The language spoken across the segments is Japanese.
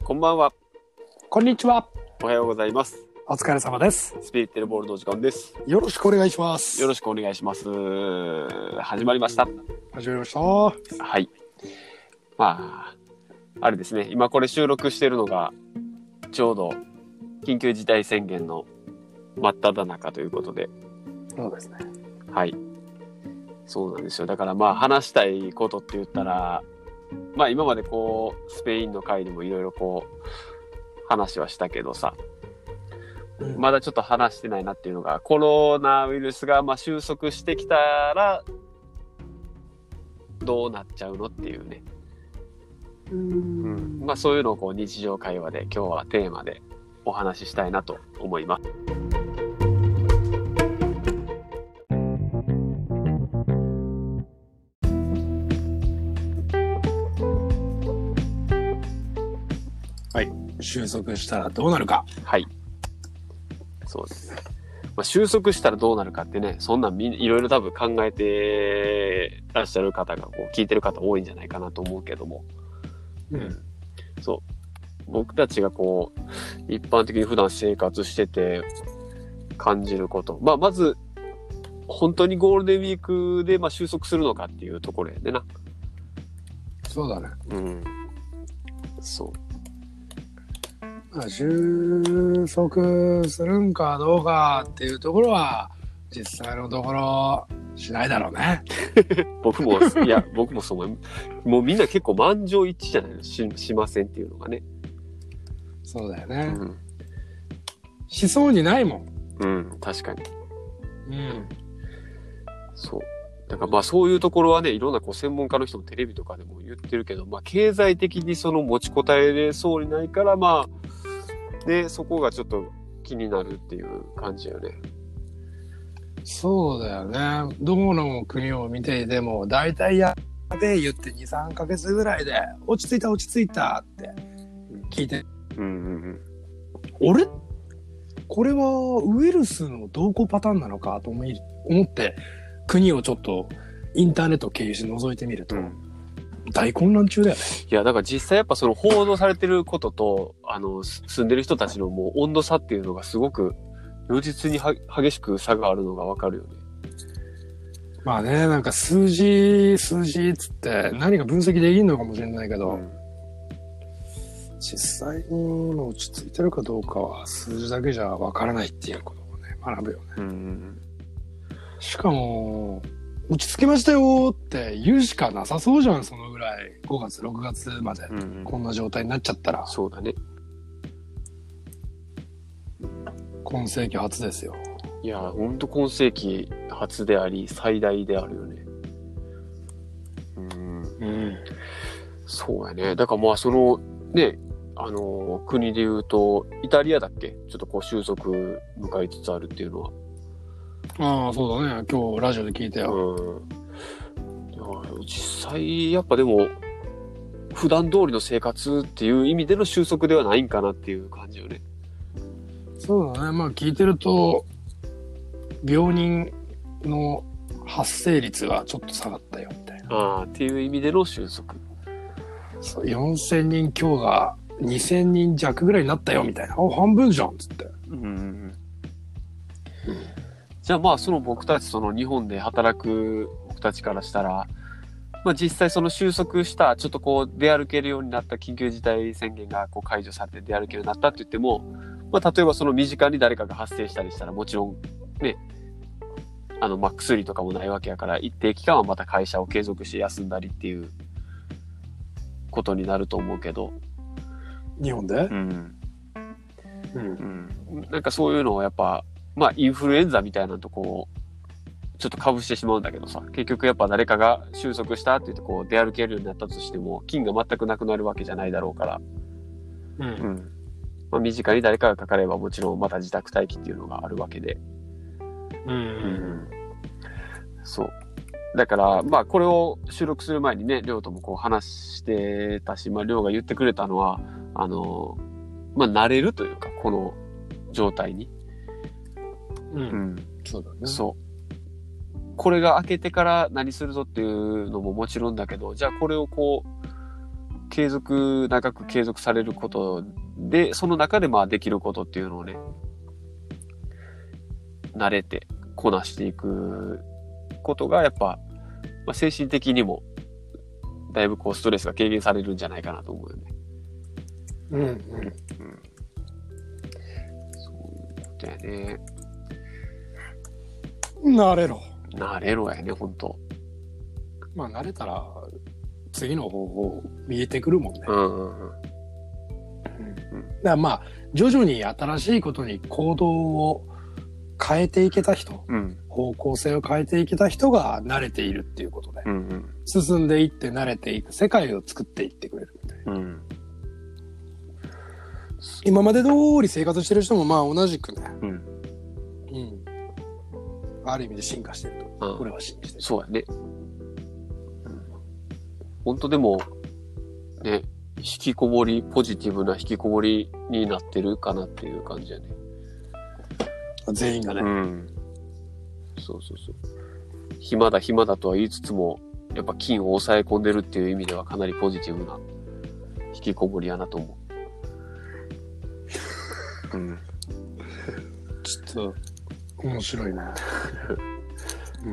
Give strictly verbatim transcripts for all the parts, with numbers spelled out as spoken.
こんばんは。 こんにちは。 おはようございます。 お疲れ様です。 スピリッテルボールのお時間です。 よろしくお願いします。 よろしくお願いします。始まりました。 始まりました。 はい。まあ、あれですね。今これ収録してるのが、ちょうど緊急事態宣言の真っ只中ということで。 そうですね。 はい。そうなんですよ。だからまあ話したいことって言ったら、まあ今までこう、スペインの回でもいろいろこう、話はしたけどさ、うん、まだちょっと話してないなっていうのが、コロナウイルスがまあ収束してきたら、どうなっちゃうのっていうね。 うーん、 うん、まあそういうのをこう日常会話で今日はテーマでお話ししたいなと思います。 はい。収束したらどうなるか。 はい。そうですね。まあ、収束したらどうなるかってね、そんなんみいろいろ多分考えてらっしゃる方がこう聞いてる方多いんじゃないかなと思うけども、 うん、 そう僕たちがこう一般的に普段生活してて感じること、まあまず本当にゴールデンウィークでまあ収束するのかっていうところやでな。 そうだね。 うん。そう。 収束するんかどうかっていうところは実際のところしないだろうね。 僕もいや僕もそう思う。もうみんな結構満場一致じゃないの し, しませんっていうのがね。 そうだよね。 うん、 しそうにないもん。 うん確かに。 うん。 そう。だからまあそういうところはね、いろんなこう専門家の人もテレビとかでも言ってるけど、まあ経済的にその持ちこたえれそうにないから、まあね、そこがちょっと気になるっていう感じよね。 そうだよね。どこの国を見ていても、大体やべえ言ってに、さんかげつぐらいで、落ち着いた落ち着いたって聞いて。 うんうんうん。 俺これはウイルスの動向パターンなのかと思い思って、国をちょっとインターネットを経由して覗いてみると、うん、大混乱中だよね。 いや、だから実際やっぱその報道されてることと、あの、住んでる人たちのもう温度差っていうのがすごく、如実には激しく差があるのがわかるよね。 まあね、なんか数字、数字つって何か分析できるのかもしれないけど、うん、実際に落ち着いてるかどうかは数字だけじゃわからないっていうことをね、学ぶよね。うんうん、しかも、落ち着きましたよって言うしかなさそうじゃん、そのぐらい。ごがつ、ろくがつまで、こんな状態になっちゃったら。うんうん、 そうだね。 今世紀初ですよ。 いや、ほんと今世紀初であり、最大であるよね。うん。うん。そうやね。だからまあ、その、ね、あの、国で言うと、イタリアだっけ？ちょっとこう収束迎えつつあるっていうのは。 ああ、そうだね。今日ラジオで聞いたよ。 うん。いや実際、やっぱでも、普段通りの生活っていう意味での収束ではないんかなっていう感じよね。 そうだね。まあ聞いてると、病人の発生率はちょっと下がったよみたいな。 ああ、っていう意味での収束。 そう、よんせんにん強がにせんにん弱ぐらいになったよみたいな。あ、半分じゃんっつって。うん。うん、 じゃあまあその僕たちその日本で働く僕たちからしたら、まあ実際その収束したちょっとこう出歩けるようになった緊急事態宣言がこう解除されて出歩けるようになったって言っても、まあ例えばその身近に誰かが発生したりしたらもちろんね、あのまあ薬とかもないわけやから一定期間はまた会社を継続して休んだりっていうことになると思うけど。 日本で？うん。 うんうん。なんかそういうのをやっぱまあインフルエンザみたいなとこうちょっとかぶしてしまうんだけどさ、結局やっぱ誰かが収束したって言ってこう出歩けるようになったとしても菌が全くなくなるわけじゃないだろうから、うん、うん、まあ身近に誰かがかかればもちろんまた自宅待機っていうのがあるわけで、うん、うん、そうだからまあこれを収録する前にね、りょうともこう話してたし、まありょうが言ってくれたのはあのまあ慣れるというかこの状態に。 うん、うん、そうだね。 そう。これが開けてから何するぞっていうのももちろんだけど、じゃあこれをこう継続、長く継続されることで、その中でまあできることっていうのをね、慣れてこなしていくことが、やっぱ、まあ、精神的にも、だいぶこうストレスが軽減されるんじゃないかなと思うよね。 うんうん。うん、 そういうことやね。 慣れろ。 慣れろやね、ほんと。 まあ慣れたら、次の方法見えてくるもんね。 うんうんうん。 うん、だからまあ、徐々に新しいことに行動を変えていけた人、 うん、 方向性を変えていけた人が慣れているっていうことで、 うんうん、 進んでいって慣れていく世界を作っていってくれるみたいな。うん、今まで通り生活してる人もまあ同じくね、うん、うん、ある意味で進化してると、うん、俺は信じてる。 そうやね。本当でもね、引きこもり、ポジティブな引きこもりになってるかなっていう感じやね。 全員がね。うん。 そうそうそう。暇だ暇だとは言いつつも、やっぱ菌を抑え込んでるっていう意味ではかなりポジティブな引きこもりやなと思う。うん。 ちょっと面白いな。うん。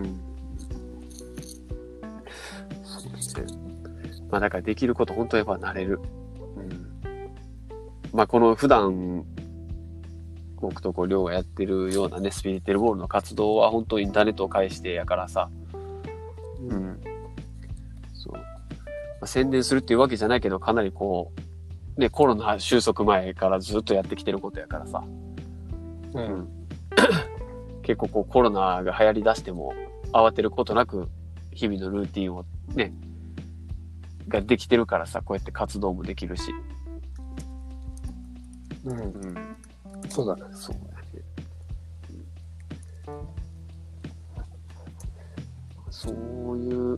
そうですね。まあだからできること本当やっぱ慣れる。うん。まあこの普段僕とこう亮がやってるようなねスピリテルボールの活動は本当インターネットを介してやからさ。うん。そう。まあ、宣伝するっていうわけじゃないけどかなりこうねコロナ収束前からずっとやってきてることやからさ。うん。うん、結構こうコロナが流行り出しても慌てることなく日々のルーティンをね。ができてるからさ、こうやって活動もできるし。 うん。うん。そうだね。 そうだね。そういう、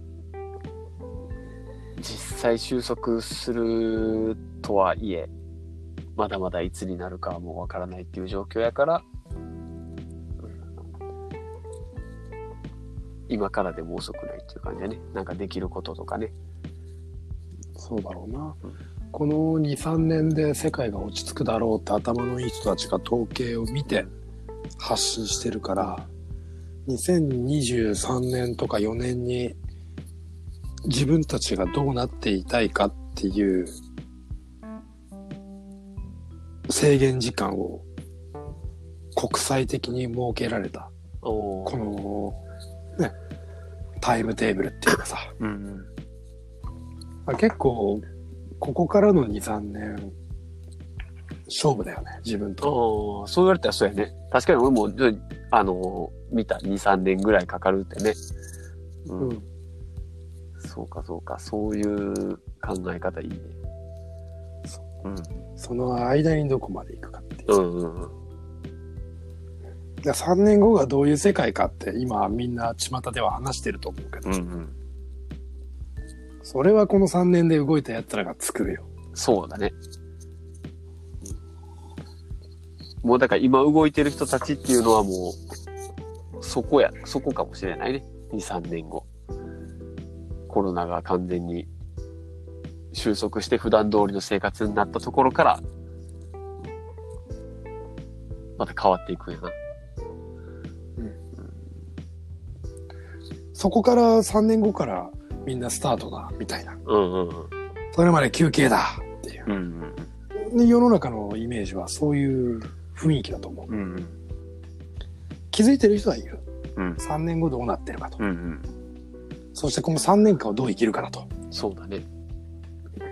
実際収束するとはいえ、まだまだいつになるかはもうわからないっていう状況やから、うん、今からでも遅くないっていう感じだね。なんかできることとかね。 そうだろうな、うん、この に,さん 年で世界が落ち着くだろうって頭のいい人たちが統計を見て発信してるからにせんにじゅうさんねんとかよねんに自分たちがどうなっていたいかっていう制限時間を国際的に設けられたこのねタイムテーブルっていうかさ、うん結構ここからの に,さん 年勝負だよね自分と。 ああそう言われたらそうやね。確かに俺もあの見た に,さん 年ぐらいかかるってね、うん、うん、そうかそうかそういう考え方いいね。 そ,、うん、その間にどこまで行くかっていう、うんうんうん、さんねんごがどういう世界かって今みんな巷では話してると思うけど、うんうんそれはこのさんねんで動いた奴らが作るよ。 そうだね。もうだから今動いてる人たちっていうのはもうそこや、そこかもしれないね。に、さんねんご。コロナが完全に収束して普段通りの生活になったところからまた変わっていくんやな。 うんうん、そこからさんねんごからみんなスタートだみたいな、うんうんうん、それまで休憩だっていう、うんうん、世の中のイメージはそういう雰囲気だと思う、うんうん、気づいてる人はいる、うん、さんねんごどうなってるかと、うんうん、そしてこのさんねんかんをどう生きるかだと。 そうだね、うん、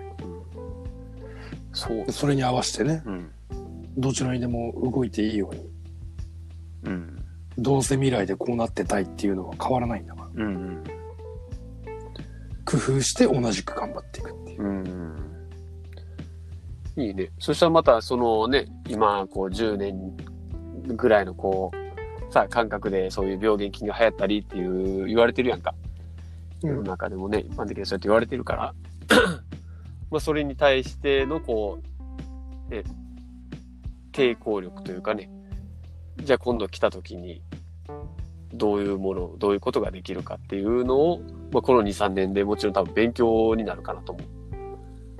そうそれに合わせてね、うん、どちらにでも動いていいように、うん、どうせ未来でこうなってたいっていうのは変わらないんだから、うんうん工夫して同じく頑張っていくっていう。うんいいね。そしたらまたそのね、今こうじゅうねんぐらいのこうさ感覚でそういう病原菌が流行ったりっていう言われてるやんか。世の中でもね、一般的にそうやって言われてるから、まあそれに対してのこうね抵抗力というかね、じゃあ今度来た時に。どういうもの、どういうことができるかっていうのを、まあ、この に,さん 年でもちろん多分勉強になるかなと思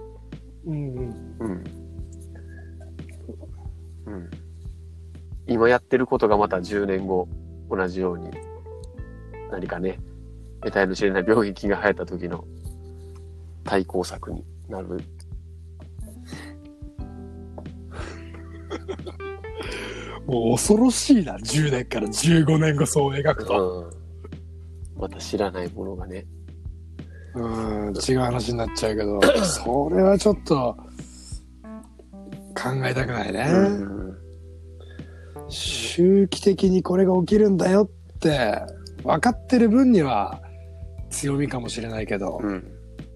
うんうん。 うん。うん。今やってることがまたじゅうねんご同じように何かね、得体の知れない病気が流行った時の対抗策になる。 もう恐ろしいな、じゅうねんからじゅうごねんごそう描くと。 うん。また知らないものがね。 うん、違う話になっちゃうけど、それはちょっと考えたくないね。うん、周期的にこれが起きるんだよって分かってる分には強みかもしれないけど、うん、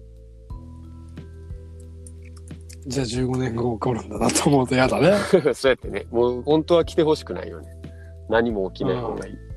じゃあじゅうごねんご起こるんだなと思うと嫌だね。 そうやってね、もう本当は来てほしくないよね。何も起きない方がいい。うん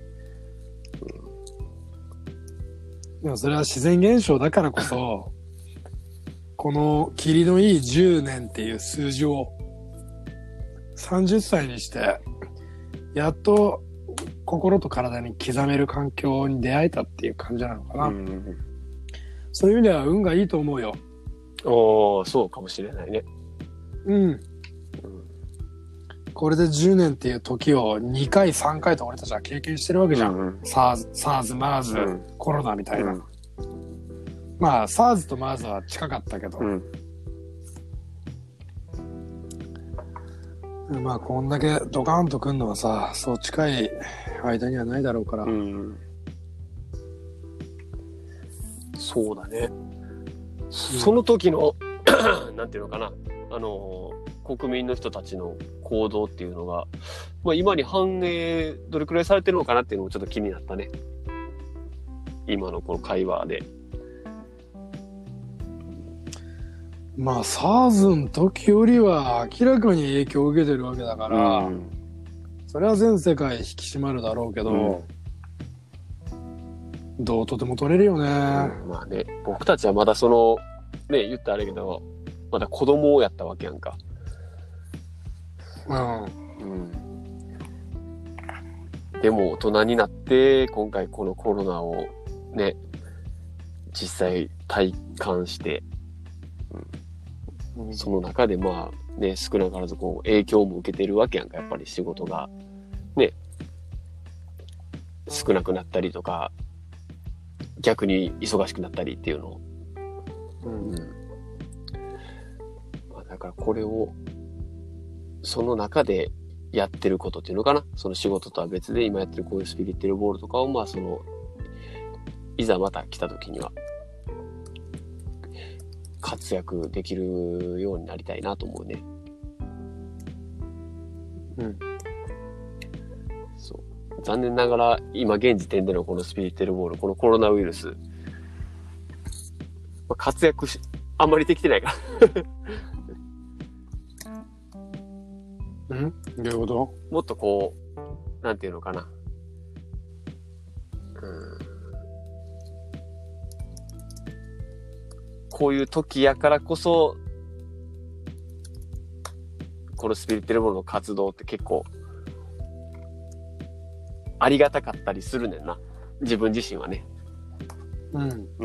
でもそれは自然現象だからこそこの霧のいいじゅうねんっていう数字をさんじゅっさいにしてやっと心と体に刻める環境に出会えたっていう感じなのかな、うん、そういう意味では運がいいと思うよ。 おー、そうかもしれないね。 うん、うん、これでじゅうねんっていう時をにかいさんかいと俺たちは経験してるわけじゃん、うんうん、SARS、SARS、MERS、うん、コロナみたいな、うん、まあ SARS と MERS は近かったけど、うん、まあこんだけドカーンとくんのはさ、そう近い間にはないだろうから、うん、 そうだね、うん、その時のなんていうのかな、あの国民の人たちの行動っていうのが、まあ、今に反映どれくらいされてるのかなっていうのもちょっと気になったね、今のこの会話で。 まあ SARS の時よりは明らかに影響を受けてるわけだから、うん、それは全世界引き締まるだろうけど、うん、どうとでも取れるよね、うん、 まあね、僕たちはまだそのね、言ったらあれけどまだ子供やったわけやんか。うん、うん、でも大人になって今回このコロナをね実際体感して、うん、その中でまあね少なからずこう影響も受けてるわけやんか。やっぱり仕事がね少なくなったりとか逆に忙しくなったりっていうのを、うんまあ、だからこれをその中でやってることっていうのかな、その仕事とは別で今やってるこういうスピリテルボールとかをまあそのいざまた来た時には活躍できるようになりたいなと思うね。うん。そう。残念ながら今現時点でのこのスピリテルボール、このコロナウイルス、まあ、活躍しあんまりできてないからん？どういうこと？ もっとこうなんていうのかな、うん、こういう時やからこそこのスピリテルボールの活動って結構ありがたかったりするねんな、自分自身はね。うんうん。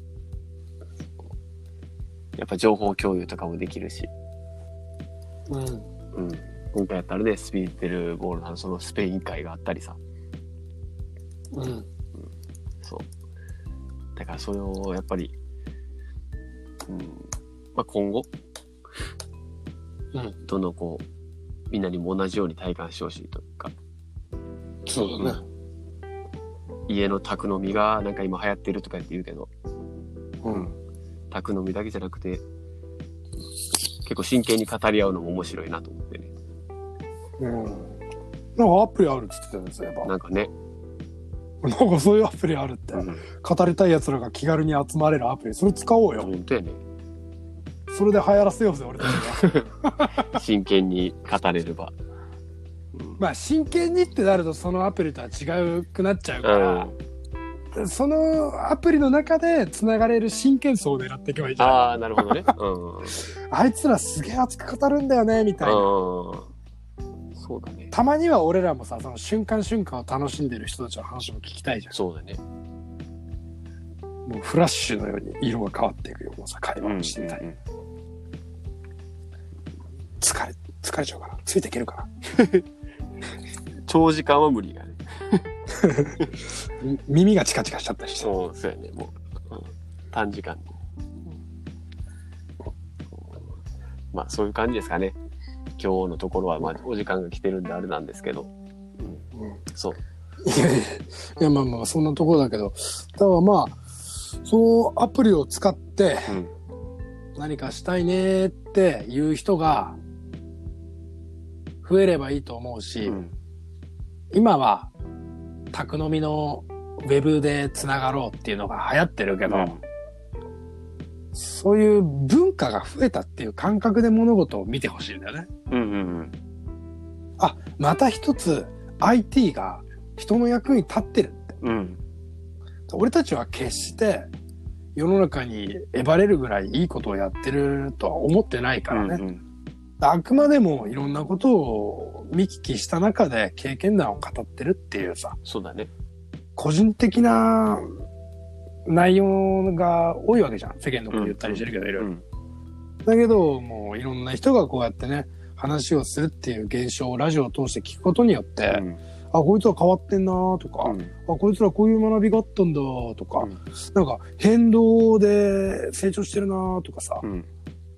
やっぱ情報共有とかもできるし。うんうん。今回やったらね、スピリテルボールのそのスペイン会があったりさ。うん。うん、そう。だからそれをやっぱり、うん、まあ今後、うん、どんどんこうみんなにも同じように体感してほしいというか。 そうだね。 家の宅飲みがなんか今流行ってるとか言って言うけど、うん。宅飲みだけじゃなくて、結構真剣に語り合うのも面白いなと思ってね。 うん。なんかアプリあるって言ってたんですよ、やっぱ。 なんかね。 なんかそういうアプリあるって、うん、語りたい奴らが気軽に集まれるアプリ、それ使おうよ。 本当やね。 それで流行らせようぜ、俺たちが。真剣に語れれば。 うん、まあ真剣にってなるとそのアプリとは違うくなっちゃうから、うん、そのアプリの中でつながれる真剣層を狙っていけばいいじゃん。 ああ、なるほどね。うん、 あいつらすげえ熱く語るんだよねみたいな。 そうだね。 たまには俺らもさ、その瞬間瞬間を楽しんでる人たちの話も聞きたいじゃん。 そうだね。 もうフラッシュのように色が変わっていくようなさ会話をしてみたい。うんうん疲れちゃうかな。ついていけるかな。 長時間は無理がね。 耳がチカチカしちゃったりして。 そう、そうやね。もう、うん、短時間で。まあそういう感じですかね。今日のところはまあお時間が来てるんであれなんですけど。うんうん、そう。 いやいや、いやまあまあそんなところだけど、ただまあ、そのアプリを使って何かしたいねっていう人が増えればいいと思うし、うん、今は宅飲みのウェブでつながろうっていうのが流行ってるけど、うん、そういう文化が増えたっていう感覚で物事を見てほしいんだよね。うんうんうん、あ、また一つ アイティー が人の役に立ってるって。うん、俺たちは決して世の中にえばれるぐらいいいことをやってるとは思ってないからね。うんうん、あくまでもいろんなことを見聞きした中で経験談を語ってるっていうさ。 そうだね。 個人的な内容が多いわけじゃん。世間のこと言ったりしてるけど、いろいろ。だけど、もういろんな人がこうやってね、話をするっていう現象をラジオを通して聞くことによって、うん、あ、こいつは変わってんなとか、うん、あ、こいつらこういう学びがあったんだとか、うん、なんか変動で成長してるなとかさ、うん、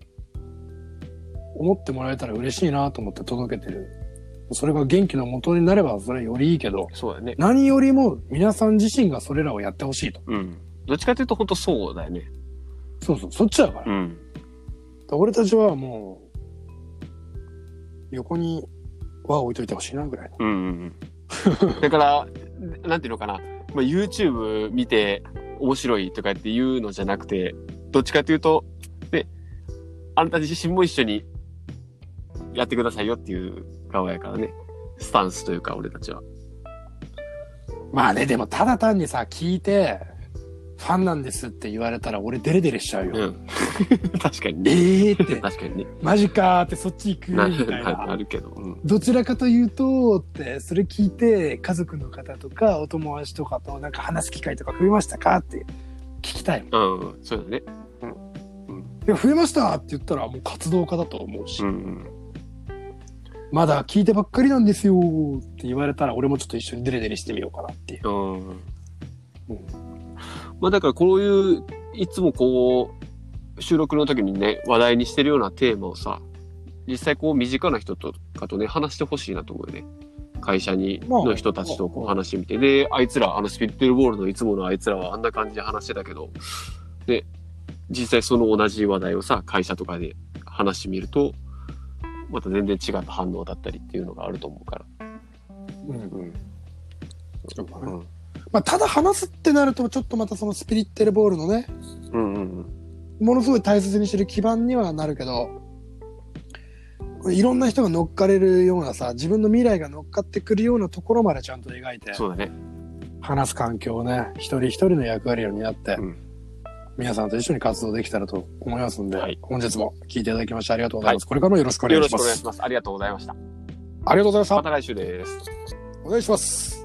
思ってもらえたら嬉しいなと思って届けてる。それが元気の元になればそれよりいいけど、 そうだね。 何よりも皆さん自身がそれらをやってほしいと。 うん。どっちかというと本当そうだよね。 そうそう、そっちだから。うん。俺たちはもう、横に輪を置いといてほしいなぐらい。うんうんうん。だから、なんていうのかな。まあ、YouTube 見て面白いとかっていうのじゃなくて、どっちかというと、ね、あなた自身も一緒にやってくださいよっていう側やからね。スタンスというか、俺たちは。 まあね、でもただ単にさ、聞いて、ファンなんですって言われたら俺デレデレしちゃうよ。うん、 確かにね。 ええーって。 確かにね。 マジかーってそっち行くみたいな。 なるけど、うん。 どちらかというと、って、それ聞いて家族の方とかお友達とかとなんか話す機会とか増えましたかって聞きたいもん。 うん、そうだね。うん。 うん、いや、増えましたって言ったらもう活動家だと思うし。うんうんまだ聞いてばっかりなんですよって言われたら俺もちょっと一緒にデレデレしてみようかなっていう。うん。うん、 まあだからこういういつもこう収録の時にね話題にしてるようなテーマをさ実際こう身近な人とかとね話してほしいなと思うよね。会社にの人たちとこう話してみて、であいつらあのスピリットルボールのいつものあいつらはあんな感じで話してたけどで実際その同じ話題をさ会社とかで話してみるとまた全然違った反応だったりっていうのがあると思うから。うんうん。 そうかな。うん、まあただ話すってなるとちょっとまたそのスピリッテルボールのね、うんうんうん、ものすごい大切にしてる基盤にはなるけど、いろんな人が乗っかれるようなさ、自分の未来が乗っかってくるようなところまでちゃんと描いて、 そうだね。 話す環境をね、一人一人の役割を担って。うん皆さんと一緒に活動できたらと思いますので、はい、本日も聞いていただきましてありがとうございます。はい、これからもよろしくお願いします。 よろしくお願いします。ありがとうございました。 ありがとうございました。 また来週です。 お願いします。